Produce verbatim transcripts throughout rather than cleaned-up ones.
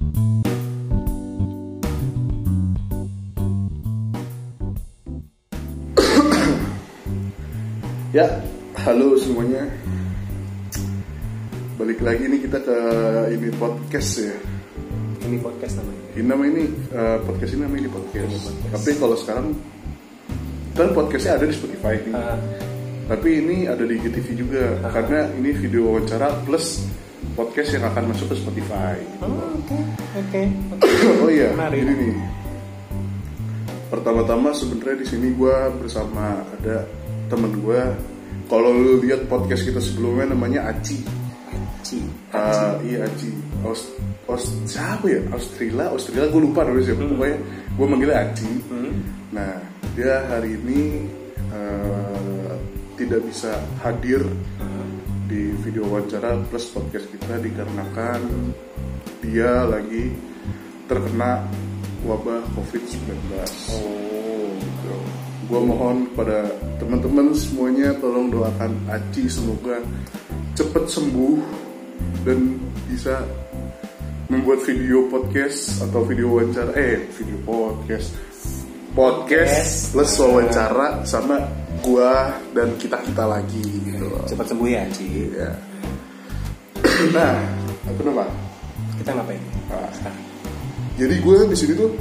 Ya, halo semuanya. Balik lagi nih kita ke ini podcast ya. Ini podcast namanya. Ini nama ini uh, podcast ini namanya ini podcast. Ini podcast. Tapi kalau sekarang kan podcastnya ada di Spotify nih. Uh. Tapi ini ada di I G T V juga uh. karena ini video wawancara plus podcast yang akan masuk ke Spotify. Oh, oke, oke. Oh iya, ini nih. Pertama-tama sebenarnya di sini gue bersama ada temen gue. Kalau lu lihat podcast kita sebelumnya namanya Aci. Aci. Uh, iya Aci. Aus, Aus, siapa ya? Australia, Australia gue lupa namanya siapa. Hmm. Pokoknya gue manggilnya Aci. Hmm. Nah dia hari ini uh, tidak bisa hadir hmm. di video wawancara plus podcast kita dikarenakan dia lagi terkena wabah covid sembilan belas. Oh, gitu. Gue mohon kepada teman-teman semuanya tolong doakan Aci semoga cepat sembuh dan bisa membuat video podcast atau video wawancara eh video podcast podcast plus wawancara sama gue dan kita kita lagi gitu. Cepat sembuh ya Aci. Ya. Nah, apa nama? Kita ngapain? Nah, jadi gue di sini tuh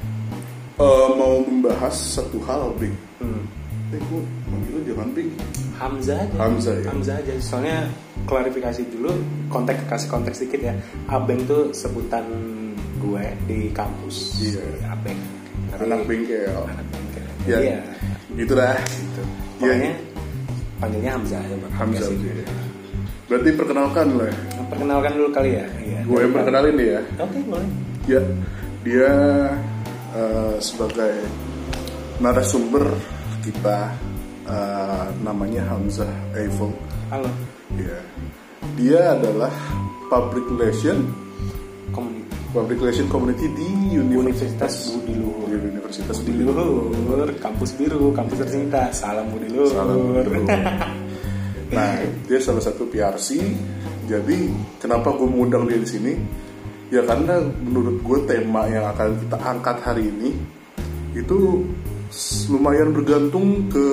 Uh, mau membahas satu hal, Bing. Hmm. Eh, gue manggilnya jangan Bing. Hamzah aja. Hamzah ya. Hamzah aja. Soalnya klarifikasi dulu, konteks kasih konteks sedikit ya. Abeng tuh sebutan gue di kampus. Iya. Abeng. Tapi, anak bengkel. Anak bengkel. Ya. Iya. Gitu dah. Gitu. Pokoknya ya. Panggilnya Hamzah aja, Bang. Hamzah aja. Berarti perkenalkan lah. Perkenalkan dulu kali ya. Iya. Gue yang perkenalin dia ya. Oke, okay, boleh. Ya. Dia Uh, sebagai narasumber kita uh, namanya Hamzah Eiffel. Halo. Ya. Dia adalah Public Relation Community. Public Relation Community di Universitas Budi Luhur. Di Universitas Budi Luhur, kampus biru, kampus tercinta. Salam Budi Luhur. Salam Budi Luhur. Nah, dia salah satu P R C. Jadi, kenapa gue mengundang dia di sini? Ya karena menurut gue tema yang akan kita angkat hari ini itu lumayan bergantung ke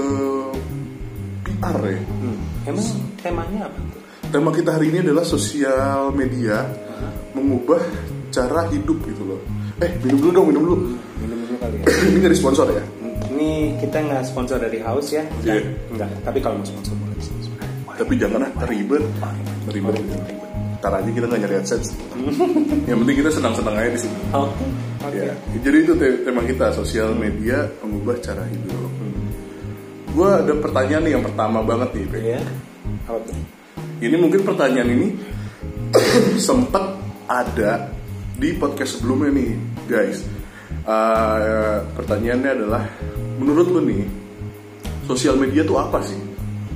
P R ya. Hmm. Emang temanya apa tuh? Tema kita hari ini adalah sosial media uh-huh. mengubah cara hidup gitu loh. Eh minum dulu dong, minum dulu. Minum dulu kali ya. Ini nggak disponsor ya? Ini kita nggak sponsor dari House ya? Iya. Yeah. Enggak. Tapi kalau mau sponsor boleh. Tapi janganlah teribet. Teribet. Ntar aja kita nggak nyari AdSense. Yang penting kita senang-senang aja di sini. Oke. Okay. Okay. Ya, jadi itu tema kita, sosial media mengubah cara hidup. Hmm. Gue ada pertanyaan nih yang pertama banget nih, Pe. Iya. Apa tuh? Ini mungkin pertanyaan ini sempat ada di podcast sebelumnya nih, guys. Uh, pertanyaannya adalah, menurut lu nih, sosial media tuh apa sih?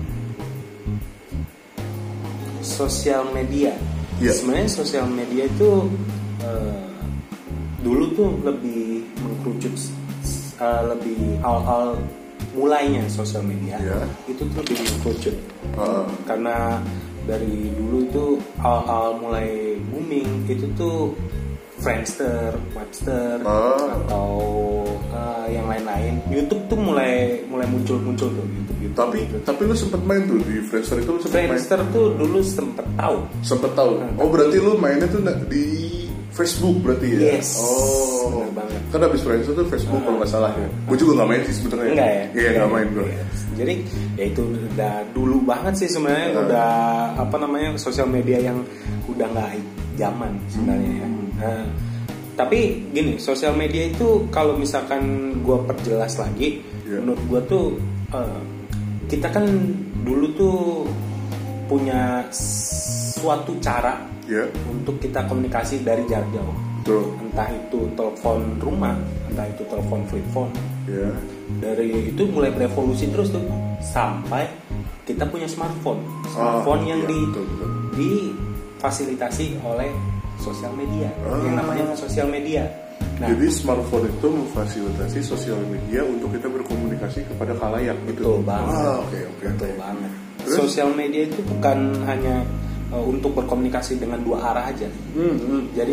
Sosial media. Ya. Sebenarnya sosial media itu uh, dulu tuh lebih mengkerucut, uh, lebih awal-awal mulainya sosial media ya. Itu tuh lebih mengkerucut uh. karena dari dulu itu awal-awal mulai booming itu tuh Friendster, Webster uh. atau uh, yang lain-lain. YouTube tuh mulai mulai muncul-muncul tuh YouTube. YouTube tapi gitu. tapi lu sempet main tuh di Friendster itu lu sempet main. Friendster tuh dulu sempet tahu. Sempet tahu. Nah, oh berarti lu mainnya tuh di Facebook berarti ya? Yes. Oh. Benar banget. Kan abis Friendster tuh Facebook uh, kalau nggak salah ya. Gue juga nggak main sih sebenarnya. Enggak ya? Iya nggak main gue. Yes. Jadi ya itu udah dulu banget sih sebenarnya uh. udah apa namanya sosial media yang udah nggak zaman sebenarnya hmm. ya. Nah, tapi gini, sosial media itu kalau misalkan gue perjelas lagi, yeah. menurut gue tuh uh, kita kan dulu tuh punya suatu cara yeah. untuk kita komunikasi dari jarak jauh. Betul. Entah itu telepon rumah, entah itu telepon flip phone. Yeah. Dari itu mulai berevolusi terus tuh sampai kita punya smartphone, smartphone oh, yang yeah, di betul, betul. difasilitasi oleh sosial media, ah. yang namanya sosial media. Nah, jadi smartphone itu memfasilitasi sosial media untuk kita berkomunikasi kepada khalayak gitu. Betul banget. Ah, oke, oke. Betul banget. Sosial media itu bukan hanya uh, untuk berkomunikasi dengan dua arah aja. Hmm, hmm. Jadi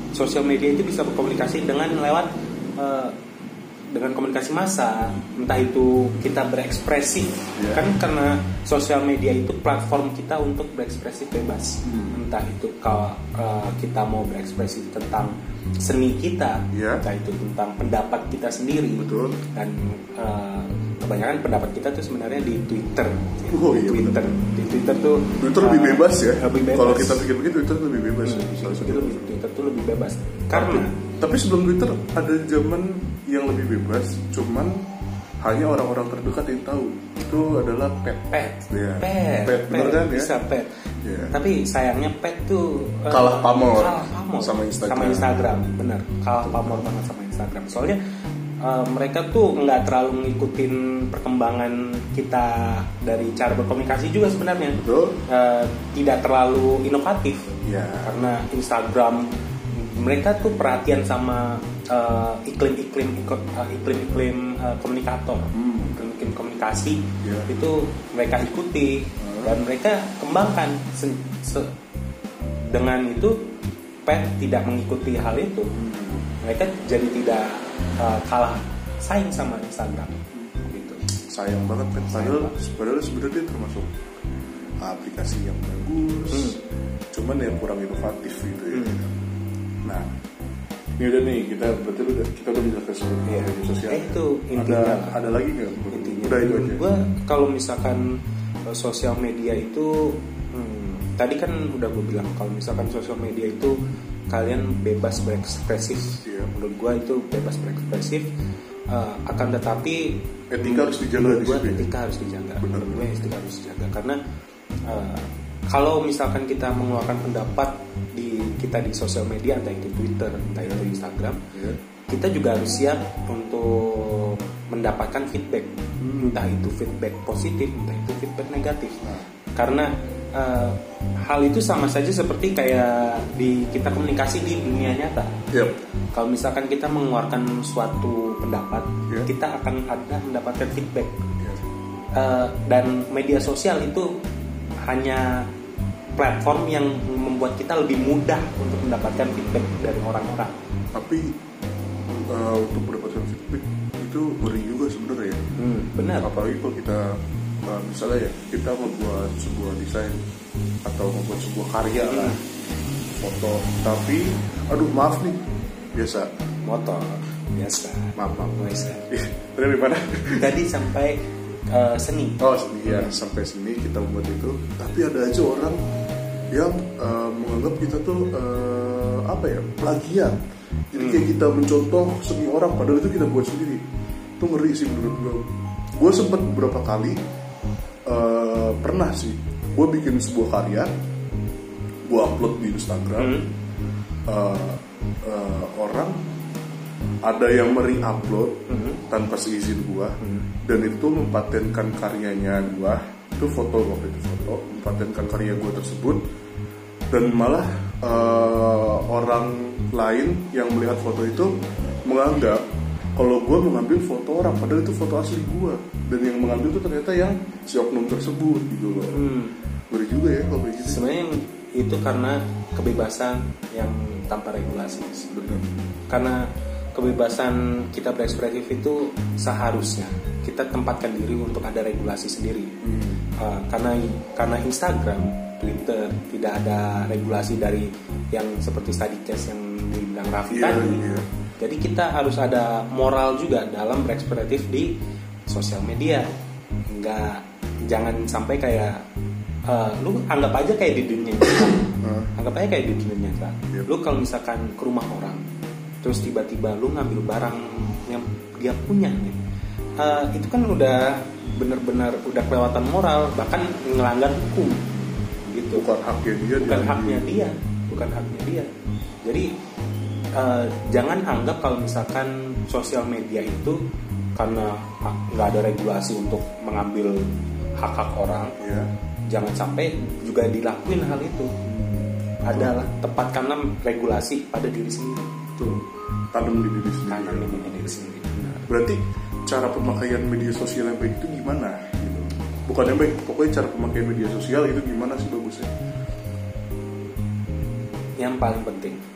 sosial media itu bisa berkomunikasi dengan lewat uh, dengan komunikasi massa, entah itu kita berekspresi, yeah. kan karena sosial media itu platform kita untuk berekspresi bebas, hmm. entah itu kalau uh, kita mau berekspresi tentang seni kita, yeah. entah itu tentang pendapat kita sendiri, betul. Dan uh, kebanyakan pendapat kita tuh sebenarnya di Twitter, oh, di iya, Twitter, betul. di Twitter tuh Twitter uh, lebih bebas ya, lebih bebas. Kalau kita pikir begitu Twitter lebih bebas, hmm, ya, Twitter, lebih, Twitter tuh lebih bebas, karena tapi, tapi sebelum Twitter ada zaman yang lebih bebas, cuman hanya orang-orang terdekat yang tahu. Itu adalah pet. Pet, ya. pet, pet, pet, kan, bisa ya? pet. Ya. Tapi sayangnya pet tuh uh, kalah pamor, kalah pamor sama Instagram. Sama Instagram, benar. Kalah pamor banget sama Instagram. Soalnya uh, mereka tuh nggak terlalu ngikutin perkembangan kita dari cara berkomunikasi juga sebenarnya. Betul. Uh, tidak terlalu inovatif. Ya. Karena Instagram mereka tuh perhatian sama uh, iklim-iklim uh, iklim-iklim uh, komunikator, hmm. iklim-iklim komunikasi, yeah. itu mereka ikuti hmm. dan mereka kembangkan. Se- se- dengan itu, Pet tidak mengikuti hal itu, hmm. mereka jadi tidak uh, kalah saing sama Instagram. Gitu. Sayang banget Pet. Padahal, padahal sebenarnya termasuk aplikasi yang bagus, hmm. cuman yang kurang inovatif gitu ya. Hmm. Nah, ini udah nih kita berarti udah kita udah bisa ke yeah. media sosial. Eh, itu intinya. Ada ada lagi nggak? Intinya. Udah itu aja. Gua kalau misalkan uh, sosial media itu, hmm, tadi kan udah gue bilang kalau misalkan sosial media itu kalian bebas berekspresif. Yeah. Menurut gue itu bebas berekspresif. Uh, akan tetapi etika harus dijaga. Gue etika harus dijaga. Menurut gue etika harus dijaga karena uh, kalau misalkan kita mengeluarkan pendapat di kita di sosial media, entah itu Twitter, entah itu Instagram, yeah. kita juga harus siap untuk mendapatkan feedback, hmm. entah itu feedback positif, entah itu feedback negatif. Nah. Karena uh, hal itu sama saja seperti kayak di kita komunikasi di dunia nyata. Yep. Kalau misalkan kita mengeluarkan suatu pendapat, yeah. kita akan ada mendapatkan feedback. Yeah. Uh, dan media sosial itu hanya platform yang membuat kita lebih mudah untuk mendapatkan feedback dari orang-orang. Tapi uh, untuk mendapatkan feedback itu ngeri juga sebenarnya ya. Hmm, benar. Apalagi kalau kita uh, misalnya ya kita membuat sebuah desain atau membuat sebuah karya hmm. lah, foto. Tapi, aduh maaf nih, biasa. Motor, biasa. Maaf maaf. Biasa. Dari mana? Tadi sampai uh, seni. Oh seni ya, hmm. sampai seni kita membuat itu. Tapi ada aja orang yang uh, menganggap kita tuh uh, apa ya plagiat. Jadi hmm. kayak kita mencontoh seni orang padahal itu kita buat sendiri. Itu ngeri sih menurut gue. Gue sempat beberapa kali uh, pernah sih gue bikin sebuah karya, gue upload di Instagram. Hmm. Uh, uh, orang ada yang meri-upload hmm. tanpa seizin gue, hmm. dan itu mempatenkan karyanya gue. Itu foto waktu itu foto mempatenkan karya gue tersebut, dan malah uh, orang lain yang melihat foto itu menganggap kalau gue mengambil foto orang padahal itu foto asli gue, dan yang mengambil itu ternyata yang si oknum tersebut gitu loh. Hmm. Beri juga ya kalau begitu. Sebenarnya itu karena kebebasan yang tanpa regulasi sebenarnya. Karena kebebasan kita berekspresif itu seharusnya kita tempatkan diri untuk ada regulasi sendiri. Hmm. Uh, karena karena Instagram, Twitter tidak ada regulasi dari yang seperti study case yang dibilang Raffi yeah, tadi. Yeah. Jadi kita harus ada moral juga dalam berekspresif di sosial media. Enggak, jangan sampai kayak uh, lu anggap aja kayak di dunia nyata. Uh. Anggap aja kayak di dunia nyata. Yeah. Lu kalau misalkan ke rumah orang, terus tiba-tiba lu ngambil barang yang dia punya nih, uh, itu kan udah benar-benar udah kelewatan moral, bahkan melanggar hukum gitu. Bukan haknya dia, bukan haknya dia, bukan haknya dia. Jadi uh, jangan anggap kalau misalkan sosial media itu karena nggak ada regulasi untuk mengambil hak-hak orang, ya. Jangan sampai juga dilakuin hal itu. Adalah tempatkanlah regulasi pada diri sendiri. Tuh, tanam di diri sendiri. Tanam di diri sendiri. Benar. Berarti cara pemakaian media sosial yang baik itu gimana? Gitu. Bukan yang baik, pokoknya cara pemakaian media sosial itu gimana sih bagusnya? Yang paling penting, ya.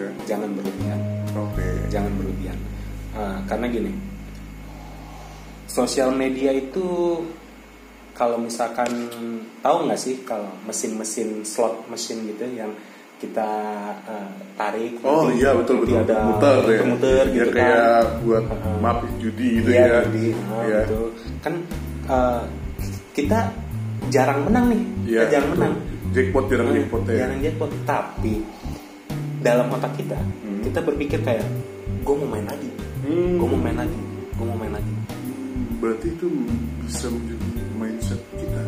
yeah. jangan berlebihan. Oke. Okay. Jangan berlebihan. Uh, karena gini, sosial media itu kalau misalkan tahu nggak sih kalau mesin-mesin slot mesin gitu yang kita uh, tarik. Oh nanti, iya betul betul. Ada muter ya. Muter ya, gitu kayak kan. Kayak buat uh, map judi gitu iya, ya. Judi, uh, ya. Gitu. Kan uh, kita jarang menang nih. Ya, kita jarang betul. menang. Jackpot jarang uh, jackpot ya. Jarang jackpot. Tapi dalam otak kita, hmm. kita berpikir kayak, gue mau main lagi, hmm. gue mau main lagi, gue mau main lagi. Hmm, berarti itu bisa menjadi mindset kita.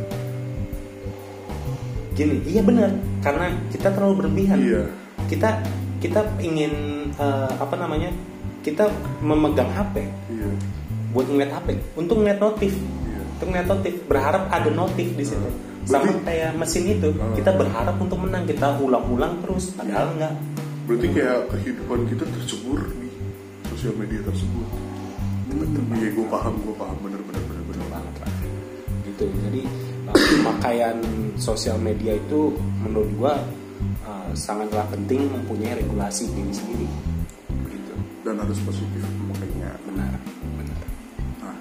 Gini, iya benar, karena kita terlalu berlebihan. Iya. Kita kita ingin uh, apa namanya? Kita memegang H P. Iya. Buat ngeliat H P, untuk ngeliat notif. Iya. Untuk ngeliat notif, berharap ada notif di situ. Uh, Sama berarti, kayak mesin itu, uh, kita berharap untuk menang, kita ulang-ulang terus, padahal enggak. Berarti kayak kehidupan kita tercebur di sosial media tersebut. Betul. Iya, gue paham, gue paham, bener-bener bener-bener banget lah. Gitu, jadi uh, pemakaian sosial media itu menurut gue uh, sangatlah penting mempunyai regulasi diri sendiri. Gitu. Dan harus positif makanya. Benar, benar. Nah,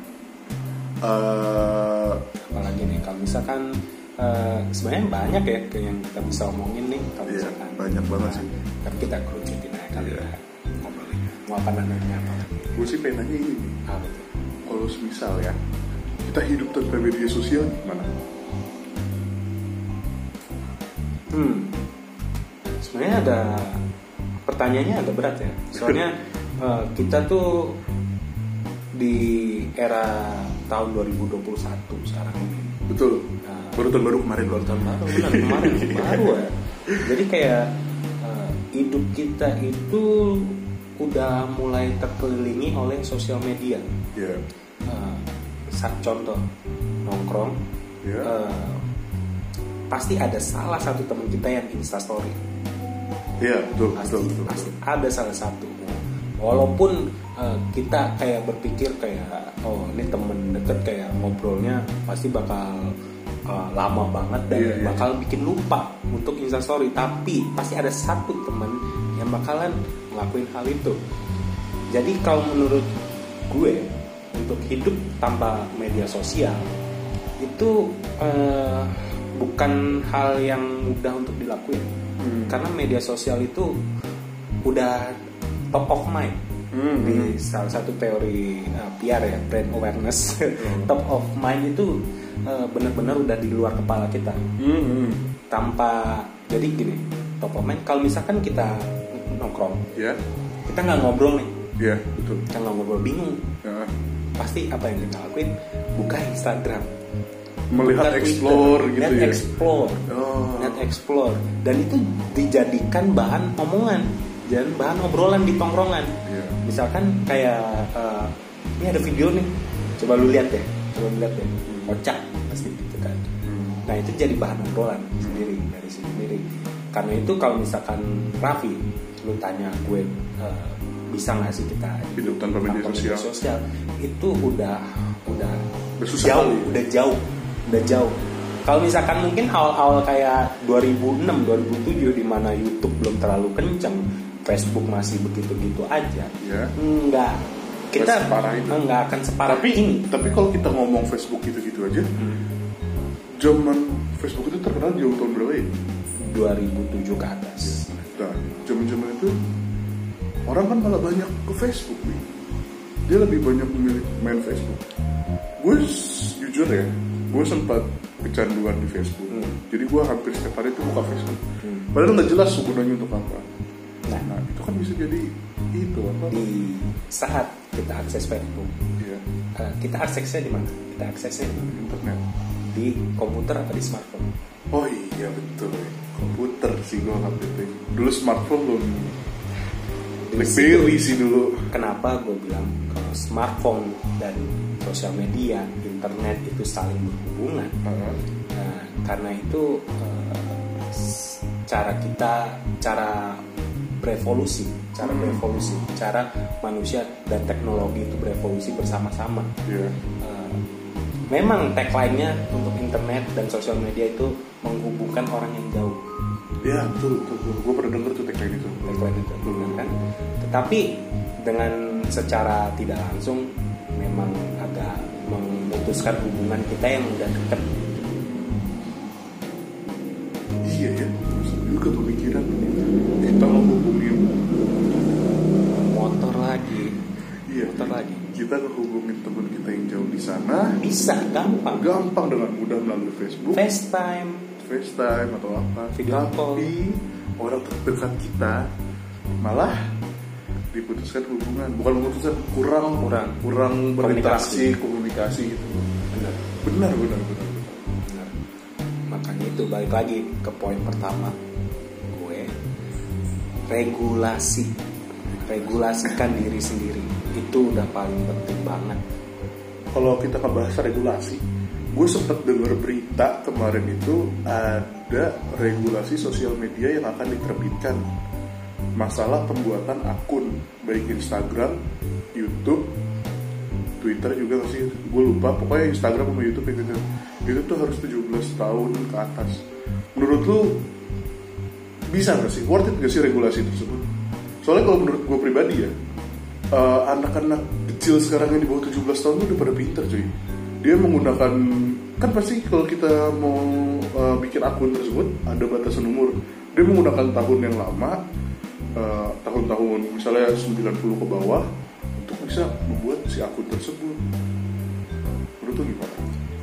uh, apalagi nih kalau misalkan uh, sebenarnya banyak ya yang kita bisa omongin nih kalau iya, misalkan banyak banget sih. Tapi kita kerucutin aja kali ya ngobrolnya. Mau apa nanya apa? Gue sih pengen nanya ini. Apa tuh? Kalau misal ya kita hidup tanpa media sosial gimana? Hmm. Sebenarnya ada pertanyaannya agak berat ya. Soalnya uh, kita tuh di era tahun dua ribu dua puluh satu sekarang ini. Betul. Uh, baru tahun baru kemarin. Baru tahun baru, benar kemarin baru ya. Jadi kayak uh, hidup kita itu udah mulai terkelilingi oleh sosial media. Iya. Yeah. Uh, contoh nongkrong. Iya. Yeah. Uh, pasti ada salah satu teman kita yang instastory. Iya, betul, pasti, betul, betul, pasti betul. ada salah satu. Walaupun uh, kita kayak berpikir kayak oh ini temen deket kayak ngobrolnya pasti bakal uh, lama banget dan yeah, yeah. bakal bikin lupa untuk instastory, tapi pasti ada satu teman yang bakalan ngelakuin hal itu. Jadi kalau menurut gue untuk hidup tanpa media sosial itu uh, bukan hal yang mudah untuk dilakuin. Hmm. Karena media sosial itu udah top of mind. Hmm. Di salah satu teori uh, P R ya, brand awareness. Hmm. Top of mind itu uh, benar-benar udah di luar kepala kita. Hmm. Tanpa, jadi gini, top of mind kalau misalkan kita nongkrong, yeah. kita nggak ngobrol nih. Iya, yeah, betul. Kita nggak ngobrol, bingung. Yeah. Pasti apa yang kita lakuin? Buka Instagram. Melihat explore gitu net ya. explore, oh. net explore, dan itu dijadikan bahan omongan, dan bahan obrolan di tongkrongan. Yeah. Misalkan kayak uh, ini ada video nih, coba lu lihat deh, coba lu lihat deh, kocak pasti gitu kan. Hmm. Nah itu jadi bahan obrolan sendiri dari sendiri. Karena itu kalau misalkan Raffi, lu tanya gue uh, bisa nggak sih kita hidup tanpa media sosial? sosial, itu udah udah Susah jauh, kali. udah jauh. udah jauh. Kalau misalkan mungkin awal-awal kayak dua ribu enam, dua ribu tujuh di mana YouTube belum terlalu kencang, Facebook masih begitu-gitu aja. Ya. Enggak. Kita enggak akan separah tapi, ini. Tapi kalau kita ngomong Facebook gitu-gitu aja, hmm. zaman Facebook itu terkenal jauh tahun berapa ya? dua ribu tujuh ke atas. Nah, zaman-zaman itu orang kan malah banyak ke Facebook nih. Dia lebih banyak memilih main Facebook. Gue jujur ya, gue sempat kecanduan di Facebook. Hmm. Jadi gue hampir setiap hari itu buka Facebook. Hmm. Padahal nggak jelas gunanya untuk apa. Nah, nah, itu kan bisa jadi itu apa? Di saat kita akses Facebook, iya. uh, kita aksesnya di mana? Kita aksesnya di mana? Internet. Di komputer atau di smartphone? Oh iya betul. Komputer sih gue nggak. Dulu smartphone belum. BlackBerry sih dulu. Kenapa gue bilang kalau smartphone dan sosial media, internet itu saling berhubungan? Uh-huh. Nah, karena itu uh, cara kita, cara berevolusi, cara hmm. berevolusi, cara manusia dan teknologi itu berevolusi bersama-sama. Yeah. Uh, memang tagline-nya untuk internet dan sosial media itu menghubungkan orang yang jauh. Ya betul, betul, betul. Gue pernah denger tuh tagline itu. Tagline itu, benar kan? Tetapi dengan secara tidak langsung memang agak memutuskan hubungan kita yang udah dekat. Iya ya, terus juga pemikiran kita ngehubungin motor lagi, iya, motor lagi. Kita ngehubungin teman kita yang jauh di sana Bisa gampang, gampang dengan mudah melalui Facebook, FaceTime, FaceTime atau apa. Video call. Tapi orang terdekat kita malah diputuskan hubungan, bukan memutuskan, kurang Kurang. kurang berinteraksi, Komunikasi. komunikasi gitu. benar. Benar, benar, benar. Benar. Makanya itu balik lagi ke poin pertama gue, regulasi, regulasikan diri sendiri itu udah paling penting banget. Kalau kita ngebahas regulasi, gue sempat dengar berita kemarin itu ada regulasi sosial media yang akan diterbitkan, masalah pembuatan akun baik Instagram, YouTube, Twitter juga nggak sih, gue lupa, pokoknya Instagram sama YouTube gitu. Itu tuh harus tujuh belas tahun ke atas. Menurut lu bisa nggak sih, worth it nggak sih regulasi tersebut? Soalnya kalau menurut gue pribadi ya, uh, anak-anak kecil sekarang yang di bawah tujuh belas tahun tuh udah pada pinter cuy. Dia menggunakan, kan pasti kalau kita mau uh, bikin akun tersebut ada batasan umur. Dia menggunakan tahun yang lama, uh, tahun-tahun misalnya sembilan puluh ke bawah untuk bisa membuat si akun tersebut. Menurut lu gimana?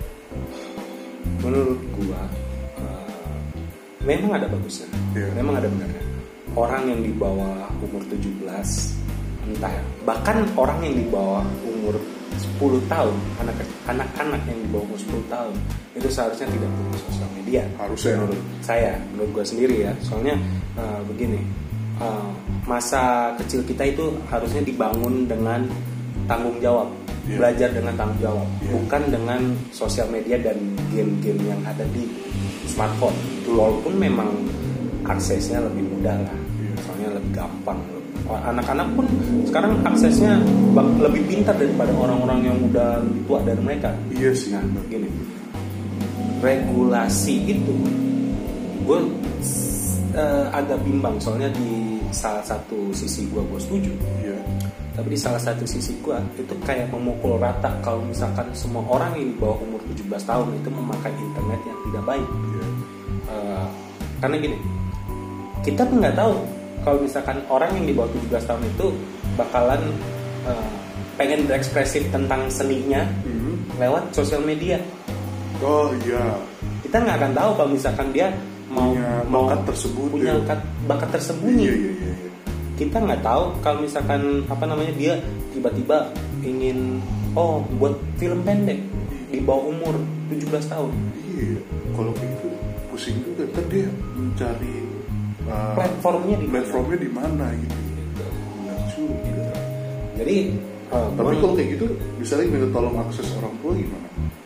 Menurut gua uh, memang ada bagusnya, Yeah. memang ada benarnya. Orang yang di bawah umur tujuh belas, entah bahkan orang yang di bawah umur sepuluh tahun, anak anak-anak yang di bawah umur sepuluh tahun itu seharusnya tidak punya sosial media. Harusnya. Menurut saya, menurut gua sendiri ya. Soalnya uh, begini, uh, masa kecil kita itu harusnya dibangun dengan tanggung jawab. Yeah. Belajar dengan tanggung jawab, Yeah. bukan dengan sosial media dan game-game yang ada di smartphone. Betul. Walaupun memang aksesnya lebih mudah lah, Yeah. soalnya lebih gampang. Anak-anak pun sekarang aksesnya bak- lebih pintar daripada orang-orang yang udah lebih tua dari mereka. Iya sih. Nah, gini, regulasi itu gue uh, agak bimbang, soalnya di salah satu sisi gue gue setuju. Iya. Tapi di salah satu sisi gue itu kayak memukul rata kalau misalkan semua orang yang di bawah umur tujuh belas tahun itu memakai internet yang tidak baik. Iya. Uh, karena gini, kita pun nggak tahu kalau misalkan orang yang di bawah tujuh belas tahun itu bakalan uh, pengen berekspresif tentang seninya Hmm. lewat sosial media. Oh iya. Kita nggak akan tahu kalau misalkan dia mau Punya mau bakat tersebut, punya ya. bakat, bakat tersembunyi. Iya iya iya. iya. Kita nggak tahu kalau misalkan apa namanya dia tiba-tiba ingin oh buat film pendek di bawah umur tujuh belas tahun. Iya. Kalau gitu pusing juga. Ntar dia mencari uh, Platformnya di mana? platformnya di mana gitu. Benar juga. Jadi uh, Tapi gua- kalau kayak gitu, misalnya minta tolong akses orang tua gimana?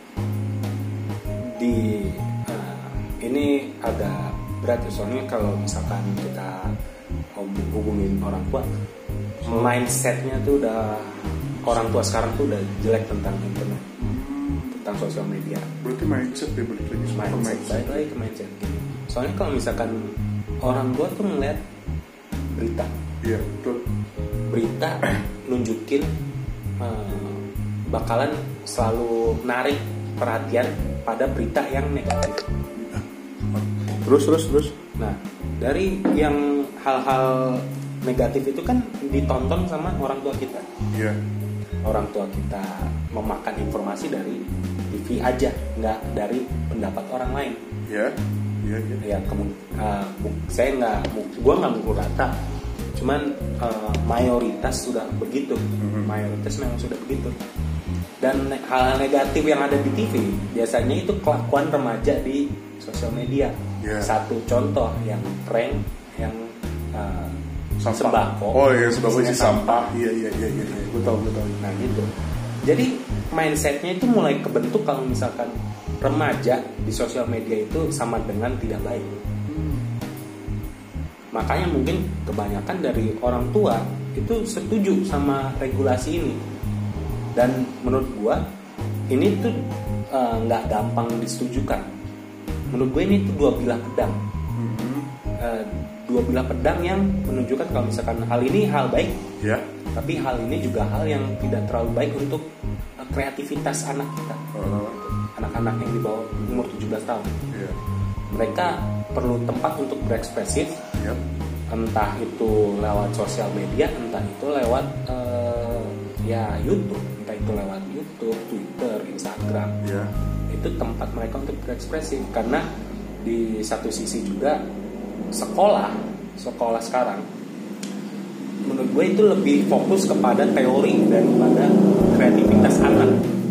di uh, ini agak berat ya, soalnya kalau misalkan kita hub- hubungin orang tua, mindsetnya tuh udah orang tua sekarang tuh udah jelek tentang internet, tentang sosial media. Berarti mindset ya, balik lagi semua ke Mindset, mindset. balik lagi ke mindset gini. Soalnya kalau misalkan orang tua tuh ngeliat berita, Iya betul. berita nunjukin uh, bakalan selalu narik perhatian pada berita yang negatif. Terus terus terus. Nah, dari yang hal-hal negatif itu kan ditonton sama orang tua kita. Iya. Orang tua kita memakan informasi dari T V aja, nggak dari pendapat orang lain. Iya. Iya iya. Ya, kemu- uh, bu- saya nggak, gua nggak mukul rata. Cuman uh, mayoritas sudah begitu. Mhm. Mayoritas memang sudah begitu. Dan ne- hal-hal negatif yang ada di T V biasanya itu kelakuan remaja di sosial media. Yeah. Satu contoh yang prank yang uh, Sampah. sembako. Oh iya, sembako isi Isinya sampah. Iya iya iya iya. iya. Gue tahu gue tahu. Nah gitu. Jadi mindsetnya itu mulai kebentuk kalau misalkan remaja di sosial media itu sama dengan tidak baik. Makanya mungkin kebanyakan dari orang tua itu setuju sama regulasi ini. Dan menurut gua ini tuh nggak uh, gampang disetujukan. Menurut gue ini tuh dua bilah pedang. Mhm. uh, dua belah pedang yang menunjukkan kalau misalkan hal ini hal baik, ya. Tapi hal ini juga hal yang tidak terlalu baik untuk uh, kreativitas anak kita, uh. anak-anak yang di bawah umur tujuh belas tahun. Ya. Mereka perlu tempat untuk berekspresif, ya. Entah itu lewat sosial media, entah itu lewat uh, ya YouTube, entah itu lewat YouTube, Twitter, Instagram. Ya. Itu tempat mereka untuk berekspresif, karena di satu sisi juga sekolah sekolah sekarang menurut gue itu lebih fokus kepada teori daripada kreativitas anak.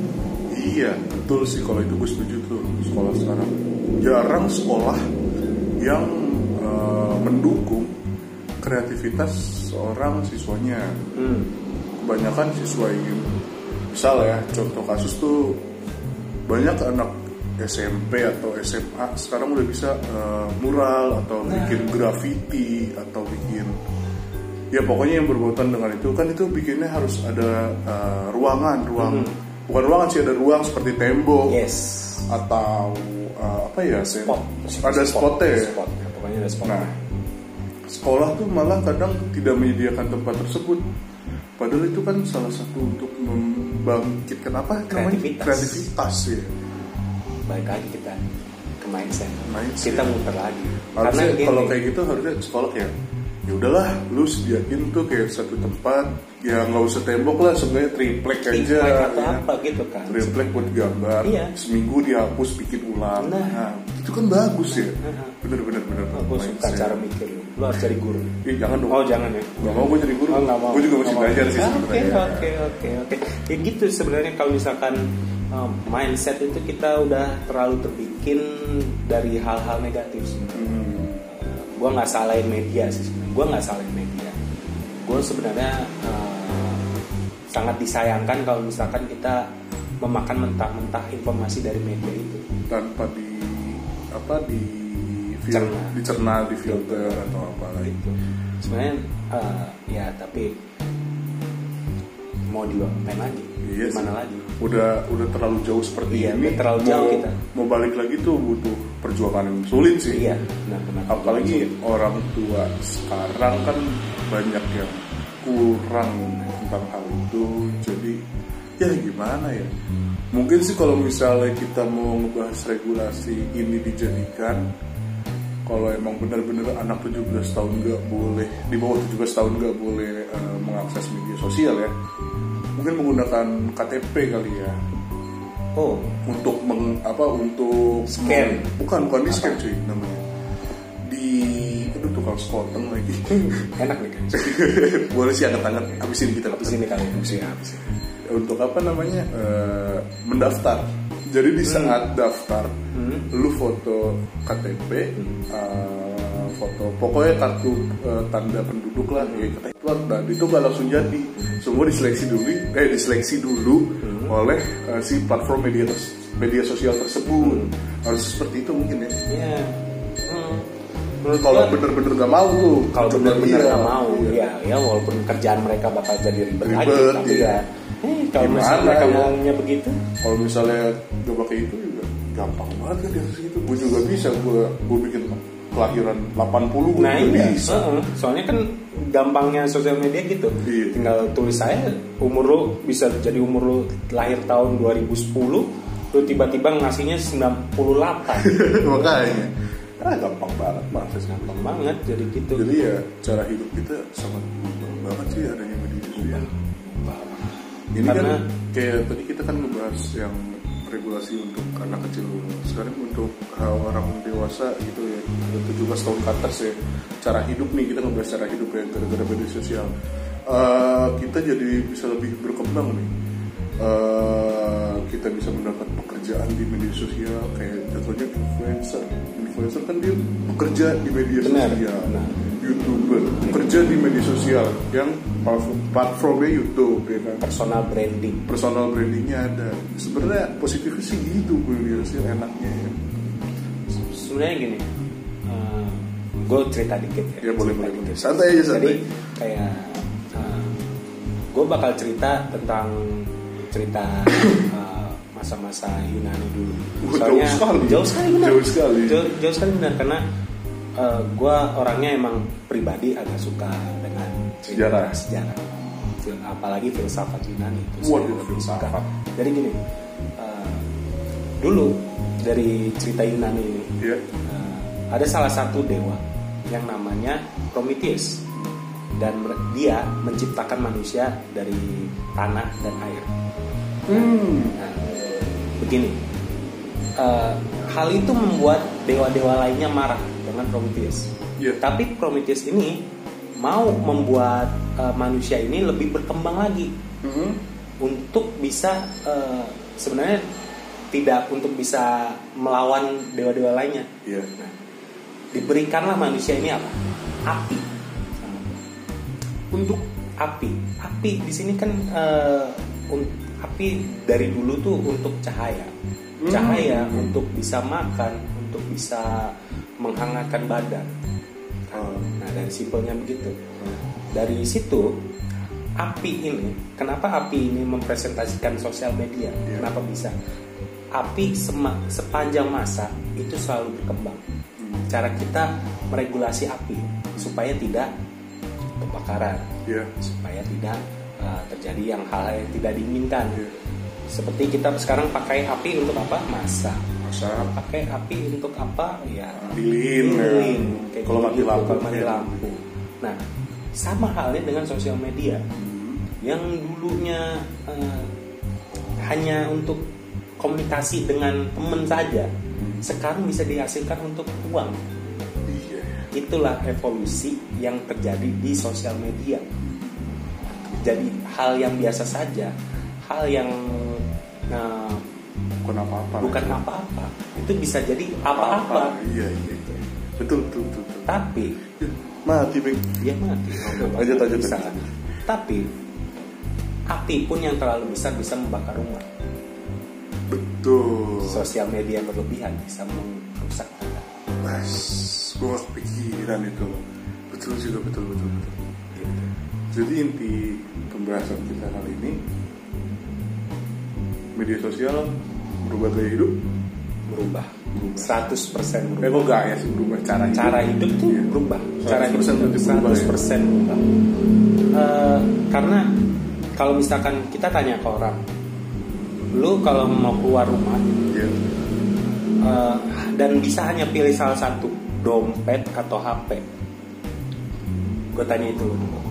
Iya, betul sih, kalau itu gue setuju tuh. Sekolah sekarang jarang sekolah yang uh, mendukung kreativitas seorang siswanya. hmm. Kebanyakan siswa ingin, misal ya, contoh kasus tuh banyak anak S M P atau S M A sekarang udah bisa uh, mural atau nah. bikin graffiti atau bikin, ya pokoknya yang berhubungan dengan itu. Kan itu bikinnya harus ada uh, ruangan, ruang hmm. bukan ruangan sih, ada ruang seperti tembok, yes. atau uh, apa ya, spot. ada spot, spotnya. Spot. Ya, pokoknya ada spot. Nah, sekolah tuh malah kadang tidak menyediakan tempat tersebut. Padahal itu kan salah satu untuk membangkitkan apa kreativitas, kreativitas ya. Baik lagi kita ke mindset, mindset. Kita muter lagi. Harusnya karena kalau kayak gitu harusnya sekolah ya, ya udahlah, lu sediain tuh kayak satu tempat, ya nggak usah tembok lah, sebenarnya triplek aja, triplek atau ya. apa gitu kan, triplek buat gambar, iya. seminggu dihapus bikin ulang, nah, nah itu kan bagus ya, bener-bener bener. Oh, gue suka cara mikir lu, lu harus cari guru. Ih, jangan dong. Oh jangan ya. Gak mau gue jadi guru. Oh, gak mau. Gue juga masih belajar sih sebenarnya. Oke oke oke oke. Ya gitu sebenarnya kalau misalkan um, mindset itu kita udah terlalu terbikin dari hal-hal negatif sebenarnya. Hmm. Uh, gue nggak salahin media sih sebenarnya. Gue nggak salahin media. Gue sebenarnya uh, sangat disayangkan kalau misalkan kita memakan mentah-mentah informasi dari media itu tanpa di apa di Cerna. dicerna, di filter atau apa gitu. Sebenarnya uh, ya tapi mau diapain lagi? Iya, mana lagi? Udah udah terlalu jauh seperti iya, ini. Terlalu mau, jauh kita. Mau balik lagi tuh butuh perjuangan yang sulit sih. Iya, benar-benar. Apalagi sulit. Orang tua sekarang kan banyak yang kurang tentang hal itu. Jadi ya gimana ya? Mungkin sih kalau misalnya kita mau ngebahas regulasi ini dijadikan, kalau emang benar-benar anak tujuh belas tahun nggak boleh, di bawah tujuh belas tahun nggak boleh uh, mengakses media sosial ya, mungkin menggunakan K T P kali ya. Oh, untuk meng, apa untuk scan? Meng, bukan bukan di scan cuy namanya. Di aduh tukang skoteng lagi. Enak nih kan? Boleh sih angkat-angkat. Abis ini kita abis ini kali abis ini abis ini. Untuk apa namanya uh, mendaftar. Jadi di saat hmm. daftar, hmm. lu foto K T P, hmm. uh, foto pokoknya kartu uh, tanda penduduk lah, hmm. kayak K T P, dan itu gak langsung jadi, semua diseleksi dulu, eh diseleksi dulu hmm. oleh uh, si platform media media sosial tersebut. Hmm. Harus seperti itu mungkin ya. Iya. Hmm. Kalau bener-bener gak mau tuh, kalau bener-bener iya, gak mau, ya, ya walaupun kerjaan mereka bakal jadi ribet, ribet lagi, tapi iya. ya. Eh, kalau misalnya mereka ya? Maunya begitu, kalau misalnya gak pakai itu juga gampang banget kan di atas itu. Gue juga bisa, gue gue bikin kelahiran delapan puluh gue nah, juga iya. bisa. Uh-uh. Soalnya kan gampangnya sosial media gitu. Iya. Tinggal tulis saya umur lo bisa jadi umur lo lahir tahun dua ribu sepuluh, lo tiba-tiba ngasihnya sembilan puluh delapan. Makanya, ah gampang banget mas, gampang banget jadi gitu. Jadi ya cara hidup kita sangat berubah banget sih adanya media sosial. Ini karena, kan kayak tadi kita kan ngebahas yang regulasi untuk anak kecil. Sekarang untuk orang dewasa gitu ya, tujuh belas tahun ke atas ya. Cara hidup nih, kita ngebahas cara hidup ya gara-gara media sosial. Uh, kita jadi bisa lebih berkembang nih. Uh, kita bisa mendapat pekerjaan di media sosial kayak contohnya influencer. Influencer kan dia bekerja di media benar, sosial. Benar. YouTuber bekerja di media sosial yang platformnya YouTube ya kan. Personal branding. Personal brandingnya ada. Sebenarnya positifnya sih gitu gue lihat sih enaknya ya. Sebenarnya gini, uh, gue cerita dikit ya. Ya boleh boleh. Santai aja santai. Jadi kayak uh, gue bakal cerita tentang cerita uh, masa-masa Yunani dulu. Soalnya, jauh sekali. Jauh sekali benar. Jauh sekali. Jauh, jauh sekali benar karena uh, gue orangnya emang pribadi agak suka dengan sejarah, sejarah, apalagi filsafat Yunani itu. Waduh, filsafat. Jadi gini, uh, dulu dari cerita Yunani ini, yeah. uh, ada salah satu dewa yang namanya Prometheus, dan dia menciptakan manusia dari tanah dan air. Hmm. Nah, begini, uh, hal itu membuat dewa-dewa lainnya marah dengan Prometheus. Yeah. Tapi Prometheus ini mau membuat uh, manusia ini lebih berkembang lagi, mm-hmm. untuk bisa uh, sebenarnya tidak untuk bisa melawan dewa-dewa lainnya. Yeah. Nah, diberikanlah manusia ini apa? Api. Untuk api, api di sini kan uh, un- api dari dulu tuh untuk cahaya, cahaya hmm. untuk bisa makan, untuk bisa menghangatkan badan. Nah, dari simpelnya begitu. Dari situ api ini, kenapa api ini mempresentasikan sosial media? Yeah. Kenapa bisa? Api sema- sepanjang masa itu selalu berkembang. Hmm. Cara kita meregulasi api supaya tidak kebakaran, yeah. supaya tidak uh, terjadi yang hal yang tidak diinginkan. Yeah. Seperti kita sekarang pakai api untuk apa? Masak. Masak. Pakai api untuk apa? Ya. Lilin. Lilin. Kayak kalau mati lampu. Kalau mati lampu. Nah, sama halnya dengan sosial media, hmm. yang dulunya uh, hanya untuk komunikasi dengan teman saja, hmm. sekarang bisa dihasilkan untuk uang. Itulah evolusi yang terjadi di sosial media. Jadi hal yang biasa saja, hal yang nah, bukan apa-apa, bukan aja. apa-apa, itu bisa jadi apa-apa. Iya, iya, iya. Betul, betul, betul, betul. Tapi mati, Bang. Dia mati. Lanjut, lanjut, bisa. Tapi api pun yang terlalu besar bisa membakar rumah. Betul. Sosial media yang berlebihan bisa merusak. Mas, gue gak kepikiran itu. Betul juga, betul, betul, betul. Gitu. Jadi inti pembahasan kita kali ini, media sosial berubah gaya hidup? Berubah, berubah. seratus persen berubah. Eh kok gaya sih berubah? Cara hidup, cara hidup tuh iya. berubah. Cara hidup seratus persen berubah, ya? berubah. Uh, Karena kalau misalkan kita tanya ke orang, lu kalau mau keluar rumah, yeah. uh, dan bisa hanya pilih salah satu, dompet atau H P, gue tanya itu lu dulu.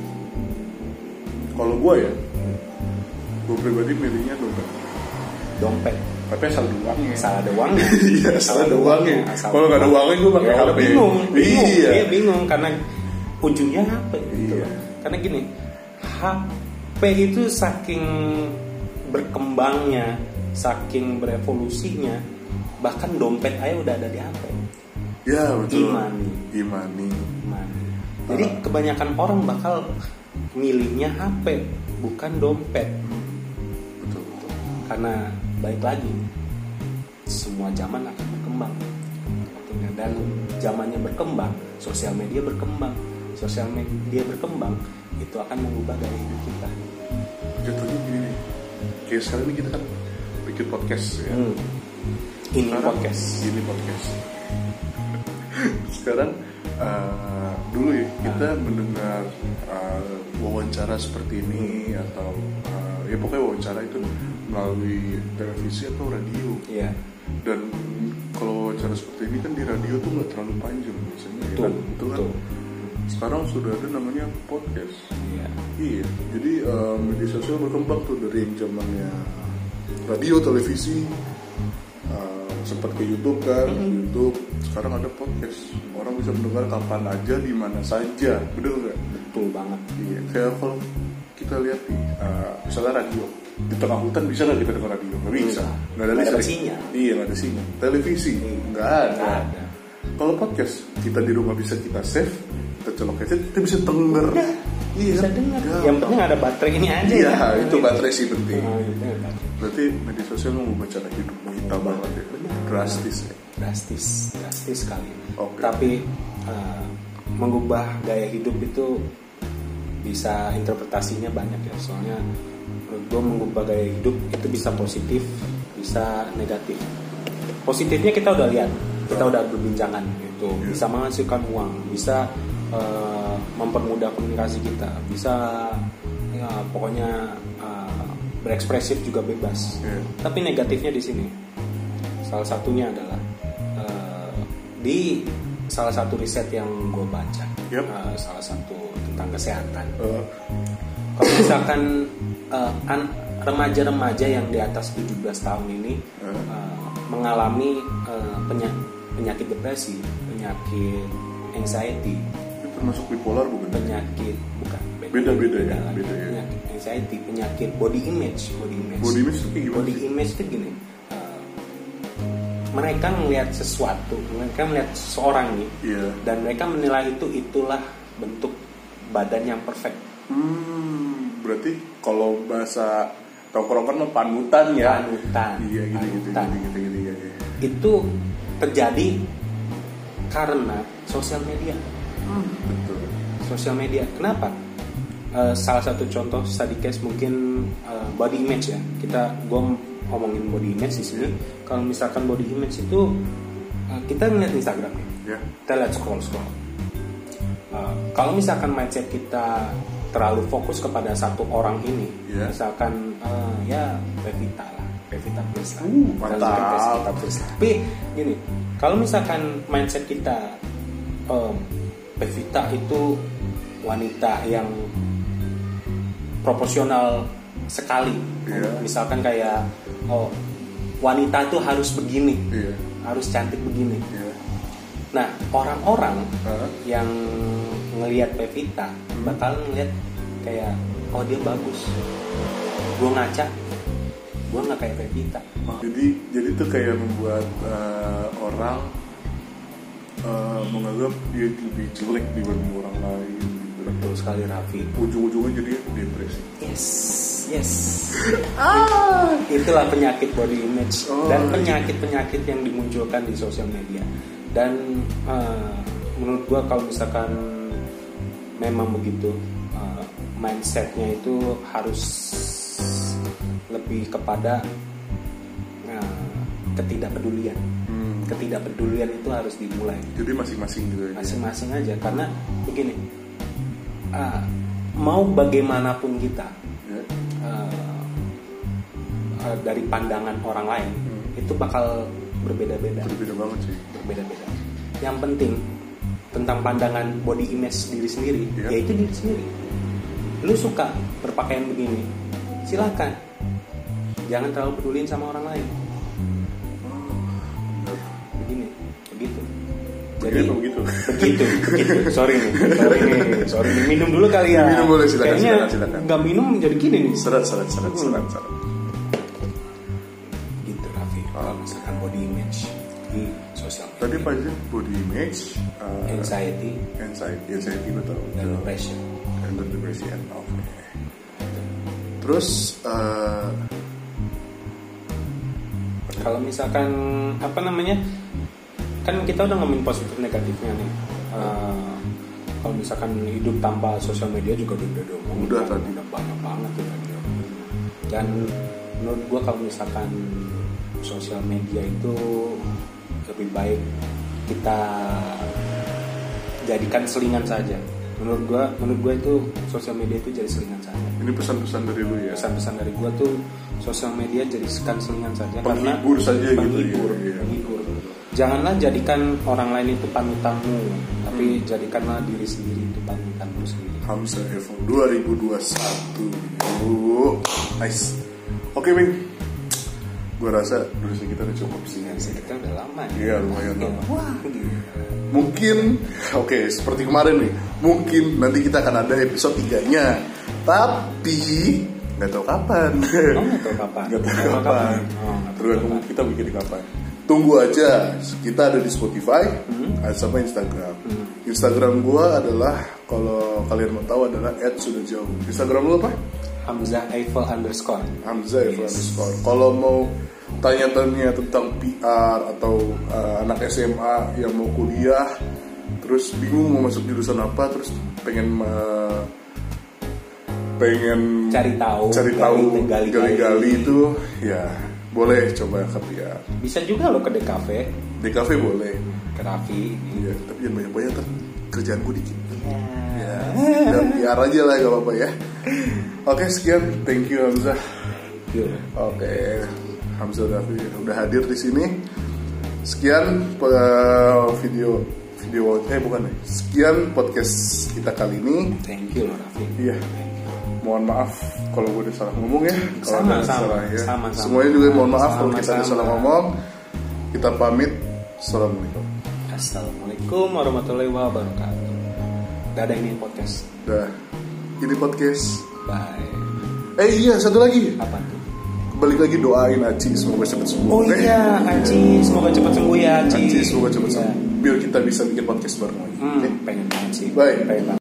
Kalau gue ya, gue pribadi milihnya dompet. Dompet. Tapi asal ada uangnya. Asal ada uangnya. Iya, asal ada uangnya. Kalau nggak ada uangnya gue pakai H P. Bingung, bingung. Iya. Dia bingung karena ujungnya H P. Gitu. Iya. Karena gini, H P itu saking berkembangnya, saking berevolusinya, bahkan dompet aja udah ada di H P. Ya betul. Gimana? Gimana? Gimana? Jadi uh. kebanyakan orang bakal milihnya H P, bukan dompet. Betul, betul. Karena balik lagi, semua zaman akan berkembang. Dan zamannya berkembang, sosial media berkembang. Sosial media berkembang, itu akan mengubah gaya hidup kita. Jatuhnya gini nih, kayak sekarang ini kita kan bikin podcast ya. Hmm. Ini sekarang, podcast. Ini podcast. Sekarang uh, dulu ya kita uh. mendengar uh, wawancara seperti ini atau uh, ya pokoknya wawancara itu melalui televisi atau radio. Iya. Yeah. Dan kalau wawancara seperti ini kan di radio tuh nggak terlalu panjang biasanya. Betul. Kan? Itu kan. Betul. Sekarang sudah ada namanya podcast. Iya. Iya. Jadi uh, media sosial berkembang tuh dari zamannya radio, televisi. Sempat ke YouTube kan, mm-hmm. YouTube. Sekarang ada podcast. Orang bisa mendengar kapan aja, di mana saja. Bener nggak? Betul banget. Iya. Kayak kalau kita lihat nih, uh, misalnya radio di tengah hutan bisa nggak kita dengar radio? Nggak bisa. Nggak ada listrik. Sinyal. Iya, nggak ada sinyal. Televisi nggak ada. Nggak ada. Kalau podcast kita di rumah bisa kita save, kita colok aja, kita bisa denger. Iya, bisa dengar. Yang penting ada baterai ini aja. Iya, ya. itu baterai sih penting. Oh, iya, berarti media sosial mengubah cara hidup kita banget ya. Drastis ya. Drastis, drastis sekali. Okay. Tapi uh, mengubah gaya hidup itu bisa interpretasinya banyak ya. Soalnya menurut gue mengubah gaya hidup itu bisa positif, bisa negatif. Positifnya kita udah lihat, kita udah berbincangan. Gitu. gitu, yeah. bisa menghasilkan uang, bisa uh, mempermudah komunikasi kita, bisa ya pokoknya uh, berekspresif juga bebas. Yeah. Tapi negatifnya di sini, salah satunya adalah uh, di salah satu riset yang gue baca, yep. uh, salah satu tentang kesehatan. Uh. Kalau misalkan uh, an- remaja-remaja yang di atas tujuh belas tahun ini uh. Uh, mengalami uh, peny- penyakit depresi, penyakit anxiety, itu termasuk bipolar bukan? Penyakit bukan. Beda-beda ya, beda ya. Penyakit anxiety, penyakit body image, body image. Body image itu gimana? Body image itu gini. Uh, mereka melihat sesuatu, mereka melihat seseorang nih, yeah. dan mereka menilai itu itulah bentuk badan yang perfect. Hmm, berarti kalau bahasa tongkrongan mah panutan ya. Panutan. Iya gitu gitu gitu gitu gitu ya. Itu terjadi karena sosial media. Hmm, betul. Sosial media. Kenapa? Uh, salah satu contoh study case mungkin uh, body image ya. Kita gue ngomongin body image di sini. Kalau misalkan body image itu uh, kita ngeliat Instagram nih. Yeah. Kita lihat scroll scroll. Uh, kalau misalkan mindset kita terlalu fokus kepada satu orang ini, yeah. misalkan uh, ya Pevita lah, Pevita Pierce lah, uh, mantap. Tapi gini, kalau misalkan mindset kita um, Pevita itu wanita yang proporsional sekali, yeah. misalkan kayak oh wanita itu harus begini, yeah. harus cantik begini. Yeah. Nah orang-orang uh-huh. yang ngelihat Pevita hmm. bakal ngelihat kayak oh dia bagus, gue ngaca, gue nggak kayak Pevita. Oh, jadi jadi tuh kayak membuat uh, orang uh, menganggap dia lebih jelek dibanding orang lain. Betul sekali Raffi. Ujung-ujungnya jadi depresi. Yes, yes. ah, itulah penyakit body image oh, dan penyakit-penyakit yang dimunculkan di sosial media. Dan uh, menurut gue kalau misalkan memang begitu, uh, mindsetnya itu harus lebih kepada uh, ketidakpedulian. Hmm. Ketidakpedulian itu harus dimulai. Jadi masing-masing gitu ya. Masing-masing aja, karena begini, uh, mau bagaimanapun kita, yeah. uh, uh, dari pandangan orang lain, hmm. itu bakal berbeda-beda. Berbeda banget sih. Berbeda-beda. Yang penting tentang pandangan body image diri sendiri, yeah. yaitu diri sendiri. Lu suka berpakaian begini, silakan. Jangan terlalu peduliin sama orang lain. Begini, begitu. Jadi begitu, begitu. begitu, begitu. Sorry nih, sorry nih, sorry nih. Minum dulu kali ya. Minum boleh, silakan. Kayaknya silakan, silakan. Nggak minum jadi gini nih. Seret, seret, seret, hmm. seret, seret. Gitu, Raffi. Kalau misalkan body image di sosial media. Tadi pasti body image, uh, anxiety, anxiety, anxiety betul. Dan depression, dan depression. Oke. Okay. Terus uh, kalau misalkan apa namanya, kan kita udah ngomongin positif negatifnya nih. Uh, kalau misalkan hidup tanpa sosial media juga udah udah udah tadi udah banyak banget ya tadi. Dan menurut gua kalau misalkan sosial media itu lebih baik kita jadikan selingan saja. Menurut gua, menurut gua itu sosial media itu jadi selingan saja. Ini pesan-pesan dari lu ya? Pesan-pesan dari gua tuh sosial media jadikan selingan saja. Penghibur karena saja penghibur, gitu ya. Penghibur. Janganlah jadikan orang lain itu panutanmu, tapi hmm. jadikanlah diri sendiri itu panutanmu sendiri. Hamzah Evo dua ribu dua puluh satu. Oh, nice. Oke, Bing. Gue rasa durasi kita udah cukup sih. Durasi kita udah lama. Iya, lumayan lama. Wah, gitu. Mungkin, oke, okay, seperti kemarin nih. Mungkin nanti kita akan ada episode tiga-nya. Tapi nggak tahu kapan. Oh, nggak tahu kapan. Nggak tahu kapan. kapan. Oh, tergantung kita bikin kapan. Tunggu aja. Kita ada di Spotify, hmm? sama Instagram. Hmm. Instagram gue adalah, kalau kalian mau tahu, adalah et sudah jauh. Instagram lu apa? Hamzah Eiffel underscore. Hamzah Eiffel yes. underscore. Kalau mau tanya-tanya tentang P R atau uh, anak S M A yang mau kuliah, terus bingung mau masuk jurusan apa, terus pengen uh, pengen cari tahu, cari tahu gali-gali itu, ya Boleh coba ke dia. Bisa juga lo ke The Cafe. Di kafe boleh. Ke Raffi. Iya, tapi jangan banyak-banyak kan kerjaan gue dikit. Ya. Ya, dan biar aja lah gak apa-apa ya. Oke, sekian. Thank you Hamzah. Yuk. Oke, Hamzah udah, udah hadir di sini. Sekian uh, video video eh bukan deh. Sekian podcast kita kali ini. Thank you Raffi. Iya. Mohon maaf kalau gue udah salah ngomong ya. Kalau Sama, ada sama, salah ya. sama, sama. Semuanya juga mohon maaf Sama, kalau kita ada sama. salah ngomong. Kita pamit. Assalamualaikum. Assalamualaikum warahmatullahi wabarakatuh. Gak ada ini podcast. Dah. Ini podcast. Bye. Eh iya, satu lagi. Apa tuh? Balik lagi doain Aci semoga cepat sembuh. Oh Oke? iya, Aci, semoga cepat sembuh ya Aci. Aci semoga cepat Iya. sembuh. Biar kita bisa bikin podcast bareng lagi. Hmm, Oke? pengen banget sih. Bye. Pengen banget.